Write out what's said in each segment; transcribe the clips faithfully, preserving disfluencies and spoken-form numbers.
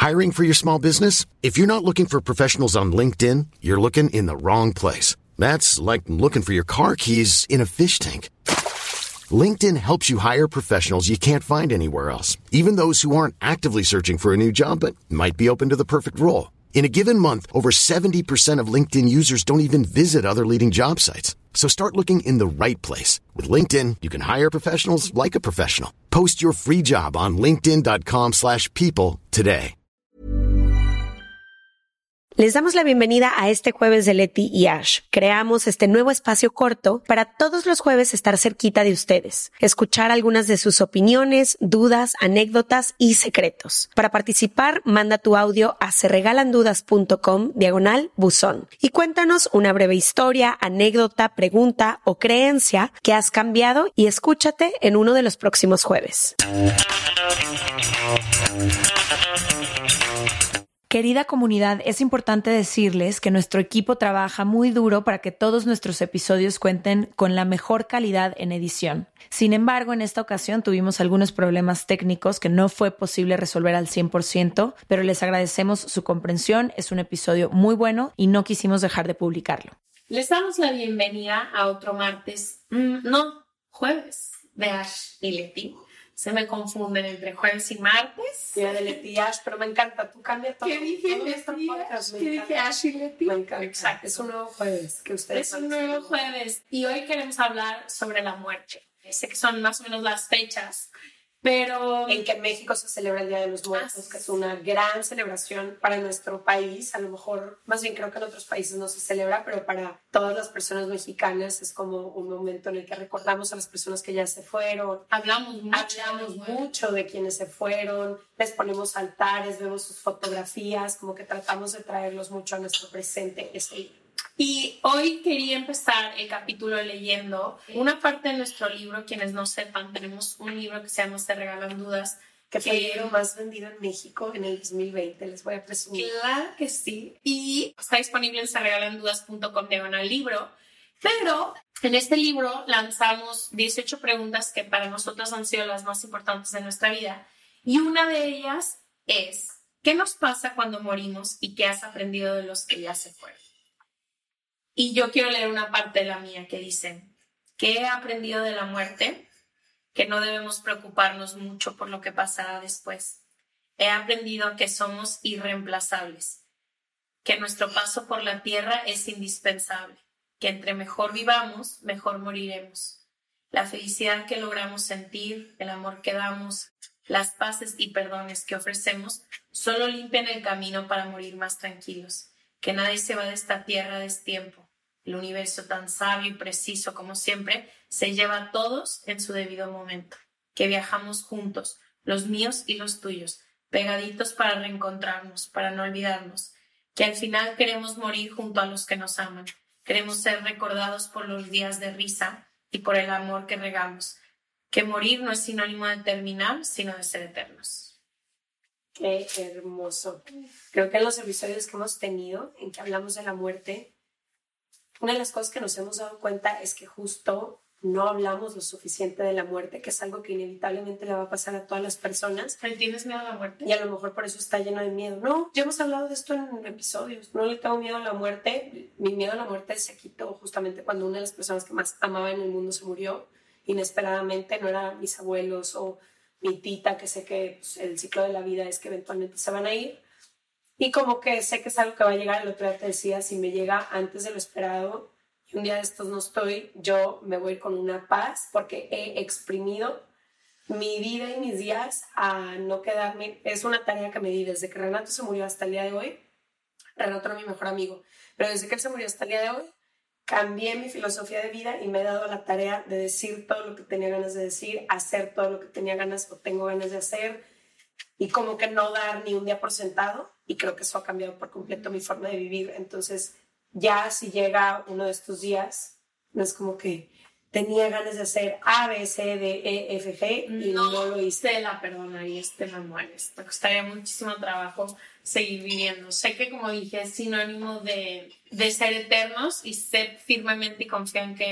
Hiring for your small business? If you're not looking for professionals on LinkedIn, you're looking in the wrong place. That's like looking for your car keys in a fish tank. LinkedIn helps you hire professionals you can't find anywhere else, even those who aren't actively searching for a new job but might be open to the perfect role. In a given month, over seventy percent of LinkedIn users don't even visit other leading job sites. So start looking in the right place. With LinkedIn, you can hire professionals like a professional. Post your free job on linkedin.com slash people today. Les damos la bienvenida a este jueves de Leti y Ash. Creamos este nuevo espacio corto para todos los jueves estar cerquita de ustedes, escuchar algunas de sus opiniones, dudas, anécdotas y secretos. Para participar, manda tu audio a serregalandudas.com diagonal buzón y cuéntanos una breve historia, anécdota, pregunta o creencia que has cambiado y escúchate en uno de los próximos jueves. Querida comunidad, es importante decirles que nuestro equipo trabaja muy duro para que todos nuestros episodios cuenten con la mejor calidad en edición. Sin embargo, en esta ocasión tuvimos algunos problemas técnicos que no fue posible resolver al cien por ciento, pero les agradecemos su comprensión. Es un episodio muy bueno y no quisimos dejar de publicarlo. Les damos la bienvenida a otro martes, mm, no, jueves de Ash y Leti. Se me confunden entre jueves y martes. Día de Leti y Ash, pero me encanta. Tú cambias todo. ¿Qué dije? todo Leti y Ash. Me ¿Qué encanta. dije? Ash y Leti. Me encanta. Exacto. Es un nuevo jueves que ustedes Es un nuevo jueves. Y hoy queremos hablar sobre la muerte. Sé que son más o menos las fechas, pero... En que en México se celebra el Día de los Muertos, Ah, que es una gran celebración para nuestro país. A lo mejor, más bien creo que en otros países no se celebra, pero para todas las personas mexicanas es como un momento en el que recordamos a las personas que ya se fueron. Hablamos mucho. Hablamos mucho de quienes se fueron, les ponemos altares, vemos sus fotografías, como que tratamos de traerlos mucho a nuestro presente ese día. Y hoy quería empezar el capítulo leyendo una parte de nuestro libro. Quienes no sepan, tenemos un libro que se llama Se Regalan Dudas, Que fue el libro más vendido en México en el dos mil veinte, les voy a presumir. Claro que sí. Y está disponible en serregalandudas.com diagonal libro. Pero en este libro lanzamos dieciocho preguntas que para nosotros han sido las más importantes de nuestra vida. Y una de ellas es, ¿qué nos pasa cuando morimos y qué has aprendido de los que ya se fueron? Y yo quiero leer una parte de la mía que dice, ¿qué he aprendido de la muerte? Que no debemos preocuparnos mucho por lo que pasará después. He aprendido que somos irreemplazables, que nuestro paso por la tierra es indispensable, que entre mejor vivamos, mejor moriremos. La felicidad que logramos sentir, el amor que damos, las paces y perdones que ofrecemos, solo limpian el camino para morir más tranquilos, que nadie se va de esta tierra a destiempo. El universo tan sabio y preciso como siempre se lleva a todos en su debido momento, que viajamos juntos, los míos y los tuyos, pegaditos para reencontrarnos, para no olvidarnos, que al final queremos morir junto a los que nos aman, queremos ser recordados por los días de risa y por el amor que regamos, que morir no es sinónimo de terminar, sino de ser eternos. Qué hermoso. Creo que en los episodios que hemos tenido, en que hablamos de la muerte, una de las cosas que nos hemos dado cuenta es que justo no hablamos lo suficiente de la muerte, que es algo que inevitablemente le va a pasar a todas las personas. ¿Le tienes miedo a la muerte? Y a lo mejor por eso está lleno de miedo. No, ya hemos hablado de esto en episodios. No le tengo miedo a la muerte. Mi miedo a la muerte se quitó justamente cuando una de las personas que más amaba en el mundo se murió inesperadamente. No eran mis abuelos o mi tita, que sé que pues, el ciclo de la vida es que eventualmente se van a ir. Y como que sé que es algo que va a llegar. El otro día te decía, si me llega antes de lo esperado y un día de estos no estoy, yo me voy con una paz porque he exprimido mi vida y mis días a no quedarme. Es una tarea que me di desde que Renato se murió hasta el día de hoy. Renato era mi mejor amigo, pero desde que él se murió hasta el día de hoy cambié mi filosofía de vida y me he dado la tarea de decir todo lo que tenía ganas de decir, hacer todo lo que tenía ganas o tengo ganas de hacer y como que no dar ni un día por sentado. Y creo que eso ha cambiado por completo mi forma de vivir. Entonces, ya si llega uno de estos días, no es como que tenía ganas de hacer A, B, C, D, E, F, G y no, no lo hice. Te la perdonarías, te la mueres. Te costaría muchísimo trabajo seguir viviendo. Sé que, como dije, es sinónimo de, de ser eternos y sé firmemente y confío en que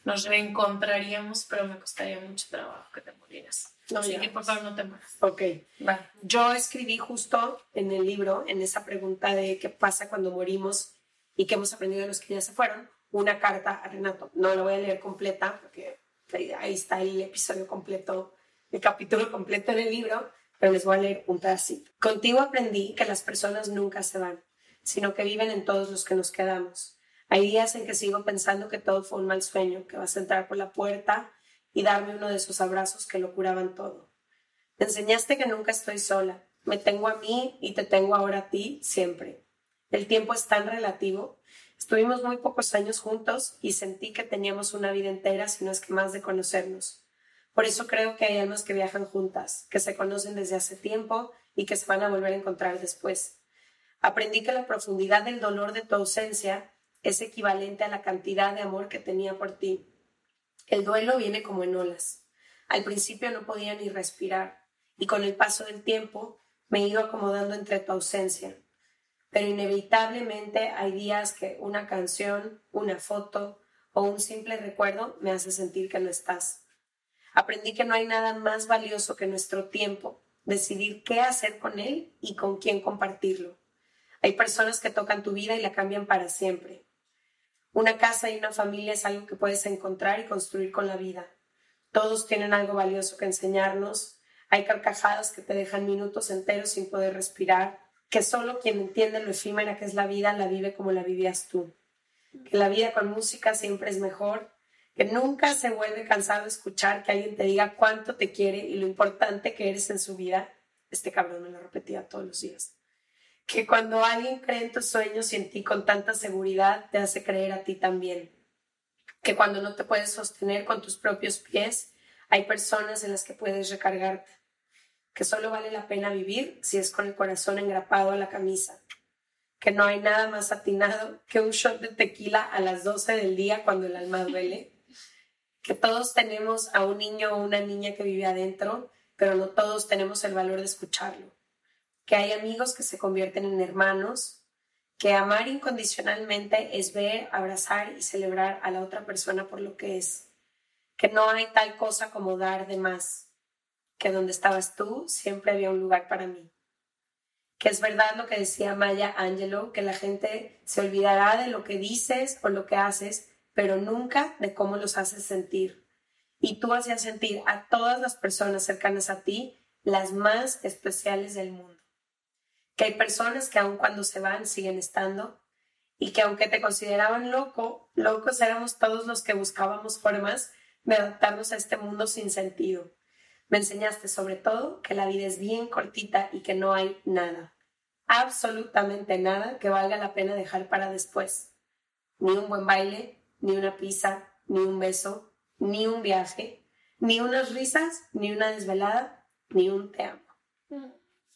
nos reencontraríamos, pero me costaría mucho trabajo que te murieras. No, Así ya. que por favor no te mueras. Ok. Vale. Yo escribí justo en el libro, en esa pregunta de qué pasa cuando morimos y qué hemos aprendido de los que ya se fueron, una carta a Renato. No la voy a leer completa porque ahí está el episodio completo, el capítulo completo en el libro, pero les voy a leer un pedacito. Contigo aprendí que las personas nunca se van, sino que viven en todos los que nos quedamos. Hay días en que sigo pensando que todo fue un mal sueño, que vas a entrar por la puerta y darme uno de esos abrazos que lo curaban todo. Me enseñaste que nunca estoy sola. Me tengo a mí y te tengo ahora a ti siempre. El tiempo es tan relativo. Estuvimos muy pocos años juntos y sentí que teníamos una vida entera, si no es que más, de conocernos. Por eso creo que hay almas que viajan juntas, que se conocen desde hace tiempo y que se van a volver a encontrar después. Aprendí que la profundidad del dolor de tu ausencia es equivalente a la cantidad de amor que tenía por ti. El duelo viene como en olas. Al principio no podía ni respirar y con el paso del tiempo me he ido acomodando entre tu ausencia. Pero inevitablemente hay días que una canción, una foto o un simple recuerdo me hace sentir que no estás. Aprendí que no hay nada más valioso que nuestro tiempo, decidir qué hacer con él y con quién compartirlo. Hay personas que tocan tu vida y la cambian para siempre. Una casa y una familia es algo que puedes encontrar y construir con la vida. Todos tienen algo valioso que enseñarnos. Hay carcajadas que te dejan minutos enteros sin poder respirar, que solo quien entiende lo efímera que es la vida la vive como la vivías tú. Que la vida con música siempre es mejor, que nunca se vuelve cansado de escuchar que alguien te diga cuánto te quiere y lo importante que eres en su vida. Este cabrón me lo repetía todos los días. Que cuando alguien cree en tus sueños y en ti con tanta seguridad, te hace creer a ti también. Que cuando no te puedes sostener con tus propios pies, hay personas en las que puedes recargarte. Que solo vale la pena vivir si es con el corazón engrapado a la camisa. Que no hay nada más atinado que un shot de tequila a las doce del día cuando el alma duele. Que todos tenemos a un niño o una niña que vive adentro, pero no todos tenemos el valor de escucharlo. Que hay amigos que se convierten en hermanos, que amar incondicionalmente es ver, abrazar y celebrar a la otra persona por lo que es, que no hay tal cosa como dar de más, que donde estabas tú siempre había un lugar para mí, que es verdad lo que decía Maya Angelou, que la gente se olvidará de lo que dices o lo que haces, pero nunca de cómo los haces sentir, y tú hacías sentir a todas las personas cercanas a ti las más especiales del mundo. Que hay personas que aun cuando se van siguen estando y que aunque te consideraban loco, locos éramos todos los que buscábamos formas de adaptarnos a este mundo sin sentido. Me enseñaste sobre todo que la vida es bien cortita y que no hay nada, absolutamente nada que valga la pena dejar para después. Ni un buen baile, ni una pizza, ni un beso, ni un viaje, ni unas risas, ni una desvelada, ni un te amo. Mm.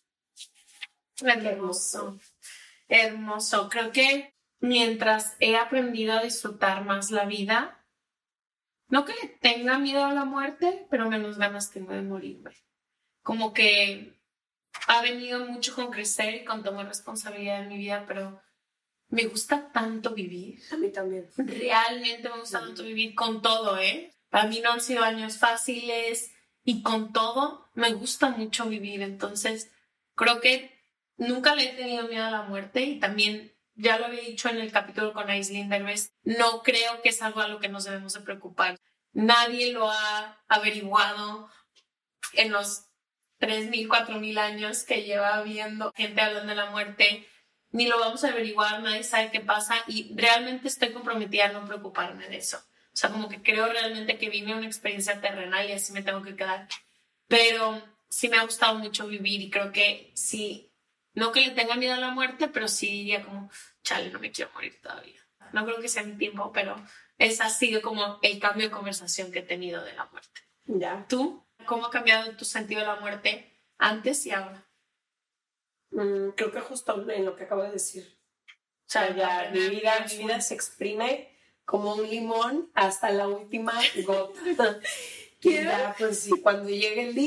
Hermoso, hermoso. Creo que mientras he aprendido a disfrutar más la vida, no que le tenga miedo a la muerte, pero menos ganas tengo de morirme. Como que ha venido mucho con crecer y con tomar responsabilidad en mi vida, pero me gusta tanto vivir. A mí también. Realmente me gusta tanto vivir con todo, ¿eh? Para mí no han sido años fáciles y con todo me gusta mucho vivir. Entonces, creo que nunca le he tenido miedo a la muerte y también, ya lo había dicho en el capítulo con Aislinn Derbez, no creo que es algo a lo que nos debemos de preocupar. Nadie lo ha averiguado en los tres mil, cuatro mil años que lleva viendo gente hablando de la muerte, ni lo vamos a averiguar, nadie sabe qué pasa y realmente estoy comprometida a no preocuparme de eso. O sea, como que creo realmente que vine una experiencia terrenal y así me tengo que quedar. Pero sí me ha gustado mucho vivir y creo que sí. No que le tenga miedo a la muerte, pero sí diría como, chale, no me quiero morir todavía. No creo que sea mi tiempo, pero ese ha sido como el cambio de conversación que he tenido de la muerte. Ya. ¿Tú? ¿Cómo ha cambiado tu sentido de la muerte antes y ahora? Mm, creo que justo en lo que acabo de decir. O sea, ya mi vida, mi vida se exprime como un limón hasta la última gota. Y ya, pues sí, cuando llegue el día,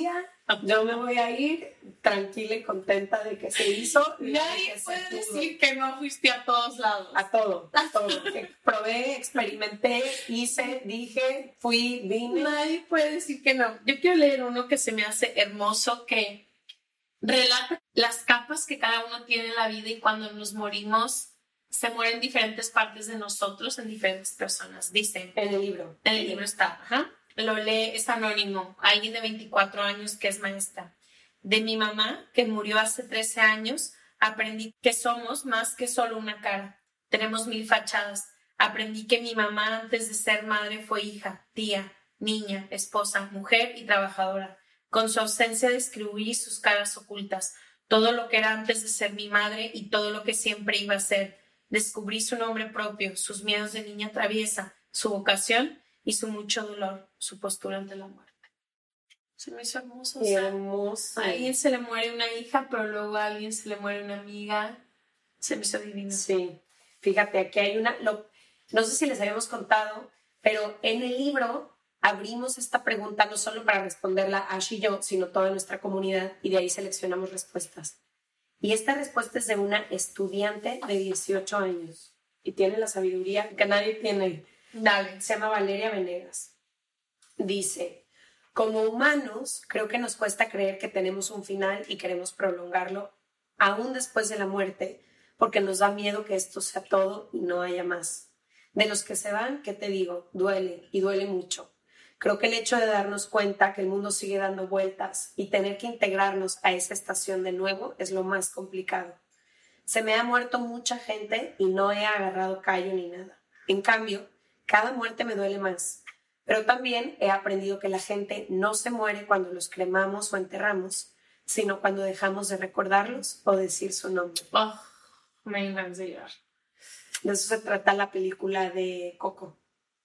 Yo me voy a ir tranquila y contenta de que se hizo. Nadie puede decir que no fuiste a todos lados. A todo, a todo. Probé, experimenté, hice, dije, fui, vine. Nadie puede decir que no. Yo quiero leer uno que se me hace hermoso, que relata las capas que cada uno tiene en la vida y cuando nos morimos se mueren diferentes partes de nosotros en diferentes personas. Dice, en el libro. En el libro está, ajá. Lo lee, es anónimo, alguien de veinticuatro años que es maestra. De mi mamá, que murió hace trece años, aprendí que somos más que solo una cara. Tenemos mil fachadas. Aprendí que mi mamá, antes de ser madre, fue hija, tía, niña, esposa, mujer y trabajadora. Con su ausencia descubrí sus caras ocultas, todo lo que era antes de ser mi madre y todo lo que siempre iba a ser. Descubrí su nombre propio, sus miedos de niña traviesa, su vocación y su mucho dolor, su postura ante la muerte. Se me hizo hermoso. O sea, hermoso. A alguien se le muere una hija, pero luego a alguien se le muere una amiga. Se me hizo divino. Sí. Fíjate, aquí hay una... Lo, no sé si les habíamos contado, pero en el libro abrimos esta pregunta no solo para responderla Ash y yo, sino toda nuestra comunidad, y de ahí seleccionamos respuestas. Y esta respuesta es de una estudiante de dieciocho años y tiene la sabiduría que nadie tiene. Dale. Se llama Valeria Venegas. Dice, como humanos, creo que nos cuesta creer que tenemos un final y queremos prolongarlo aún después de la muerte, porque nos da miedo que esto sea todo y no haya más. De los que se van, ¿qué te digo? Duele, y duele mucho. Creo que el hecho de darnos cuenta que el mundo sigue dando vueltas y tener que integrarnos a esa estación de nuevo es lo más complicado. Se me ha muerto mucha gente y no he agarrado callo ni nada. En cambio, cada muerte me duele más. Pero también he aprendido que la gente no se muere cuando los cremamos o enterramos, sino cuando dejamos de recordarlos o decir su nombre. Oh, me encanta llorar. De eso se trata la película de Coco.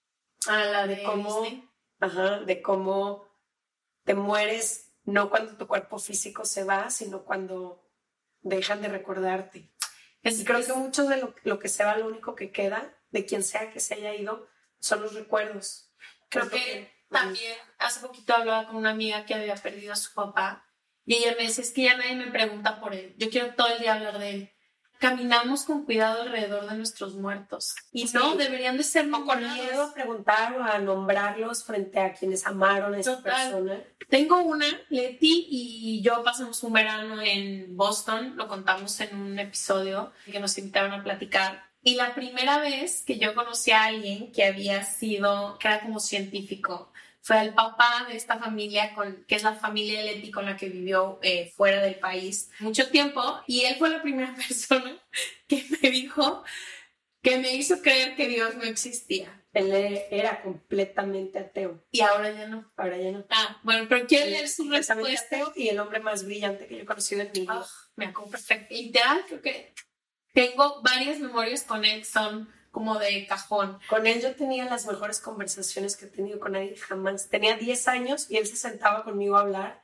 Ah, la de, de cómo, Disney. Ajá, de cómo te mueres no cuando tu cuerpo físico se va, sino cuando dejan de recordarte. Es, y creo es, que mucho de lo, lo que se va, lo único que queda, de quien sea que se haya ido, son los recuerdos. Creo que, que también hace poquito hablaba con una amiga que había perdido a su papá y ella me decía, es que ya nadie me pregunta por él, yo quiero todo el día hablar de él. Caminamos con cuidado alrededor de nuestros muertos y sí, no, deberían de ser no con miedo a preguntar o a nombrarlos frente a quienes amaron a esa Total. persona. Tengo una, Leti y yo pasamos un verano en Boston, lo contamos en un episodio que nos invitaron a platicar. Y la primera vez que yo conocí a alguien que había sido, que era como científico, fue al papá de esta familia, con, que es la familia de Leti con la que vivió eh, fuera del país mucho tiempo. Y él fue la primera persona que me dijo, que me hizo creer que Dios no existía. Él era completamente ateo. Y ahora ya no. Ahora ya no. Ah, bueno, pero quiero leer su respuesta. Ateo y el hombre más brillante que yo he conocido en mi vida. Oh, me acuerdo perfecto. Literal, creo que tengo varias memorias con él que son como de cajón. Con él yo tenía las mejores conversaciones que he tenido con nadie jamás. Tenía diez años y él se sentaba conmigo a hablar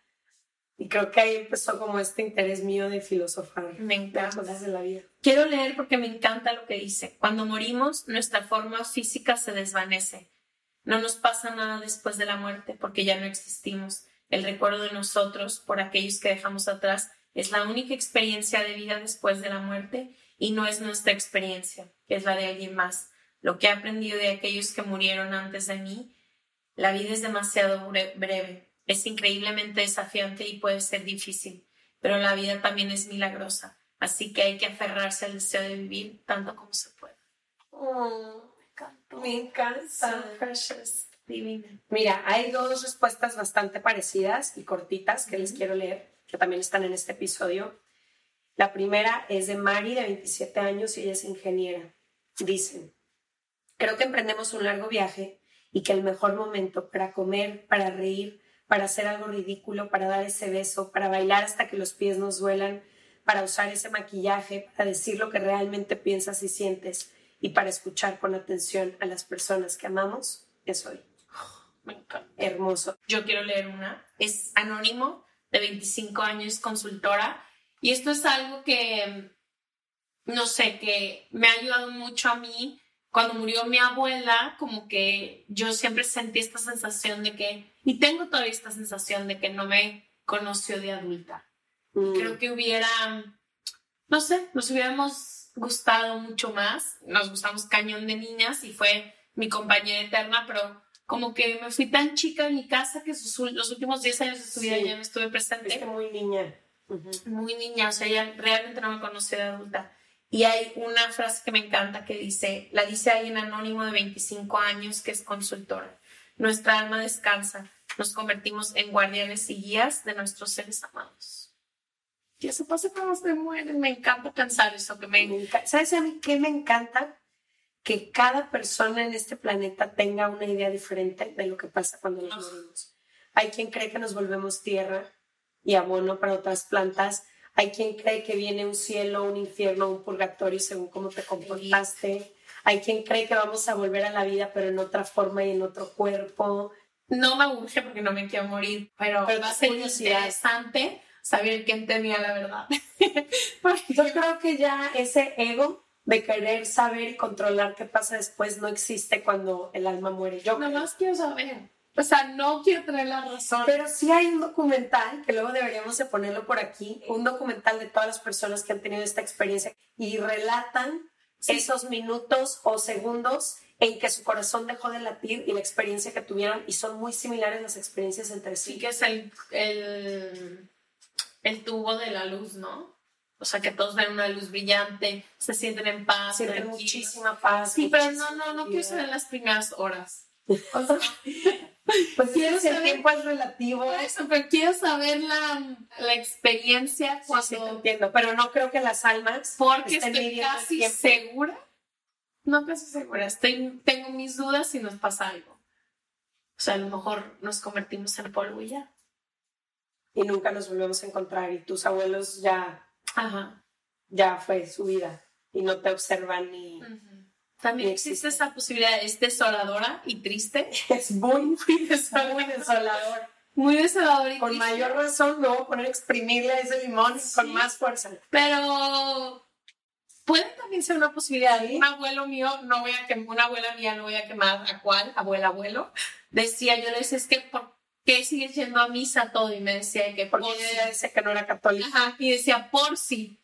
y creo que ahí empezó como este interés mío de filosofar. Me encanta. Cosas de la vida. Quiero leer porque me encanta lo que dice. Cuando morimos, nuestra forma física se desvanece. No nos pasa nada después de la muerte porque ya no existimos. El recuerdo de nosotros, por aquellos que dejamos atrás, es la única experiencia de vida después de la muerte. Y no es nuestra experiencia, que es la de alguien más. Lo que he aprendido de aquellos que murieron antes de mí, la vida es demasiado breve, es increíblemente desafiante y puede ser difícil, pero la vida también es milagrosa, así que hay que aferrarse al deseo de vivir tanto como se pueda. Oh, me encanta. Me encanta. So precious, divina. Mira, hay dos respuestas bastante parecidas y cortitas que mm-hmm. les quiero leer, que también están en este episodio. La primera es de Mari, de veintisiete años, y ella es ingeniera. Dice, creo que emprendemos un largo viaje y que el mejor momento para comer, para reír, para hacer algo ridículo, para dar ese beso, para bailar hasta que los pies nos duelan, para usar ese maquillaje, para decir lo que realmente piensas y sientes y para escuchar con atención a las personas que amamos, es hoy. Oh, me encanta. Hermoso. Yo quiero leer una. Es anónimo, de veinticinco años, consultora. Y esto es algo que, no sé, que me ha ayudado mucho a mí. Cuando murió mi abuela, como que yo siempre sentí esta sensación de que, y tengo todavía esta sensación de que no me conoció de adulta. Mm. Creo que hubiera, no sé, nos hubiéramos gustado mucho más. Nos gustamos cañón de niñas y fue mi compañera eterna, pero como que me fui tan chica en mi casa que sus, los últimos diez años de su vida Sí. ya no estuve presente. Viste muy niña. Uh-huh. Muy niña, o sea, ella realmente no me conoció de adulta. Y hay una frase que me encanta que dice, la dice alguien anónimo de veinticinco años que es consultora. Nuestra alma descansa, nos convertimos en guardianes y guías de nuestros seres amados. Y eso pasa cuando se mueren, me encanta pensar eso. Que me... Me encanta. ¿Sabes a mí qué me encanta? Que cada persona en este planeta tenga una idea diferente de lo que pasa cuando nos Oh. morimos. Hay quien cree que nos volvemos tierra y abono para otras plantas. Hay quien cree que viene un cielo, un infierno, un purgatorio según cómo te comportaste. Hay quien cree que vamos a volver a la vida pero en otra forma y en otro cuerpo. No me urge porque no me quiero morir, pero, Pero va a es ser curiosidad. interesante saber quién tenía la verdad. Yo creo que ya ese ego de querer saber y controlar qué pasa después no existe cuando el alma muere. Yo Nada creo. más quiero saber. O sea, no quiero tener la razón. Pero sí hay un documental, que luego deberíamos de ponerlo por aquí, un documental de todas las personas que han tenido esta experiencia y relatan Sí. esos minutos o segundos en que su corazón dejó de latir y la experiencia que tuvieron, y son muy similares las experiencias entre sí. Sí que es el, el, el tubo de la luz, ¿no? O sea, que todos ven una luz brillante, se sienten en paz, Sienten tranquilos. muchísima paz. Sí, pero no, muchísima no, no quiero tranquilidad. saber las primeras horas. O sea, Pues quiero sí, el saber- tiempo es relativo. por eso, pero quiero saber la, la experiencia Sí, cuando... sí, te entiendo, pero no creo que las almas Porque estén estoy midiendo el casi tiempo. segura, no casi segura, estoy, tengo mis dudas si nos pasa algo. O sea, a lo mejor nos convertimos en polvo y ya. Y nunca nos volvemos a encontrar y tus abuelos ya, Ajá. ya fue su vida y no te observan ni... También Y existe existe. esa posibilidad, es desoladora y triste. Es muy, muy Muy desolador. desolador. Muy desoladora y Con triste. mayor razón me voy a poner a exprimirle a ese limón Sí. con más fuerza. Pero puede también ser una posibilidad. Sí. Un abuelo mío, no voy a quemar, una abuela mía no voy a quemar, ¿a cuál? Abuela, abuelo. Decía, yo le decía, es que ¿por qué sigues yendo a misa todo? Y me decía que por Porque si. ella decía que no era católica. Ajá, y decía, por si.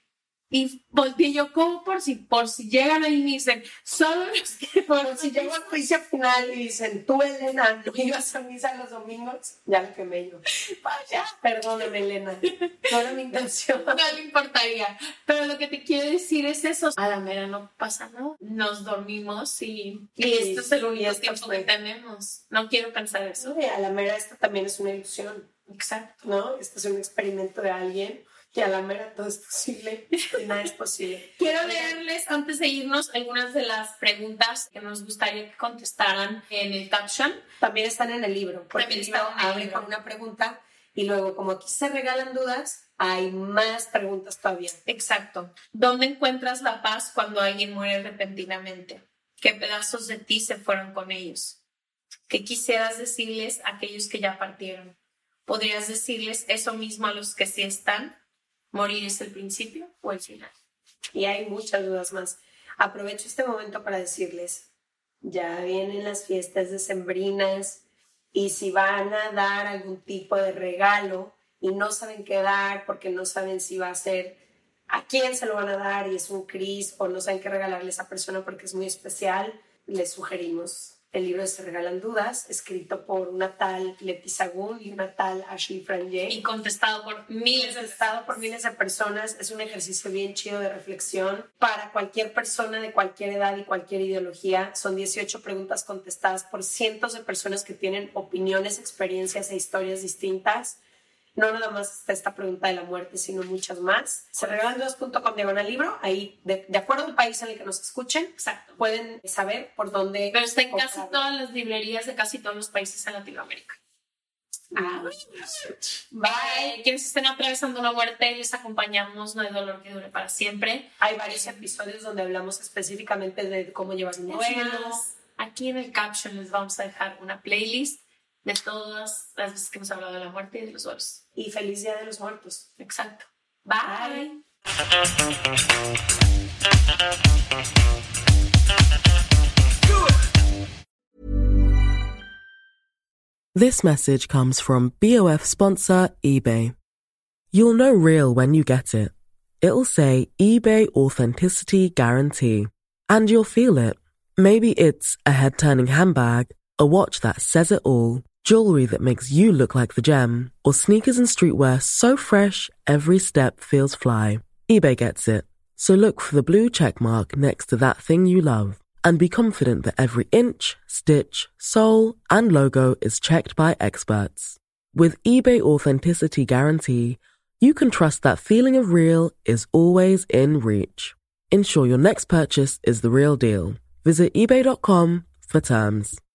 Y volteé yo, ¿cómo por si? Por si llegan ahí y me dicen, solo los que por Pero si llegó al juicio final y dicen, tú, Elena, no ibas a misa los domingos, ya lo quemé yo. vaya, Perdóname, Elena, no era mi intención. no le importaría. Pero lo que te quiero decir es eso. A la mera no pasa nada. Nos dormimos y, y Sí, este es el y único esto tiempo fue. que tenemos. No quiero pensar eso. A la mera esta también es una ilusión, Exacto. ¿no? Este es un experimento de alguien y a la mera todo es posible y nada es posible. Quiero leerles, antes de irnos, algunas de las preguntas que nos gustaría que contestaran en el caption. También están en el libro, porque También el libro están en el abre libro. con una pregunta y luego, como aquí se regalan dudas, hay más preguntas todavía. Exacto. ¿Dónde encuentras la paz cuando alguien muere repentinamente? ¿Qué pedazos de ti se fueron con ellos? ¿Qué quisieras decirles a aquellos que ya partieron? ¿Podrías decirles eso mismo a los que sí están? ¿Morir es el principio o el final? Y hay muchas dudas más. Aprovecho este momento para decirles, ya vienen las fiestas decembrinas y si van a dar algún tipo de regalo y no saben qué dar porque no saben si va a ser a quién se lo van a dar y es un Cris o no saben qué regalarle a esa persona porque es muy especial, les sugerimos el libro de Se Regalan Dudas, escrito por una tal Leti Sagún y una tal Ashley Frangé. Y contestado por miles de Contestado por miles de personas. Es un ejercicio bien chido de reflexión para cualquier persona de cualquier edad y cualquier ideología. Son dieciocho preguntas contestadas por cientos de personas que tienen opiniones, experiencias e historias distintas. No nada más está esta pregunta de la muerte, sino muchas más. Se regalan dudas punto com diagonal libro. Ahí, de, de acuerdo al país en el que nos escuchen, Exacto. pueden saber por dónde. Pero está en casi comprarlo. todas las librerías de casi todos los países en Latinoamérica. Ah, Bye. Quienes estén atravesando una muerte, les acompañamos. No hay dolor que dure para siempre. hay varios episodios donde hablamos específicamente de cómo llevar un duelo. Es más, aquí en el caption les vamos a dejar una playlist de todas las veces que hemos hablado de la muerte y de los duelos. Y feliz Día de los Muertos. Exacto. Bye. This message comes from B O F sponsor eBay. You'll know real when you get it. It'll say eBay Authenticity Guarantee. And you'll feel it. Maybe it's a head-turning handbag, a watch that says it all, jewelry that makes you look like the gem, or sneakers and streetwear so fresh every step feels fly. eBay gets it. So look for the blue check mark next to that thing you love. And be confident that every inch, stitch, sole, and logo is checked by experts. With eBay Authenticity Guarantee, you can trust that feeling of real is always in reach. Ensure your next purchase is the real deal. Visit ebay dot com for terms.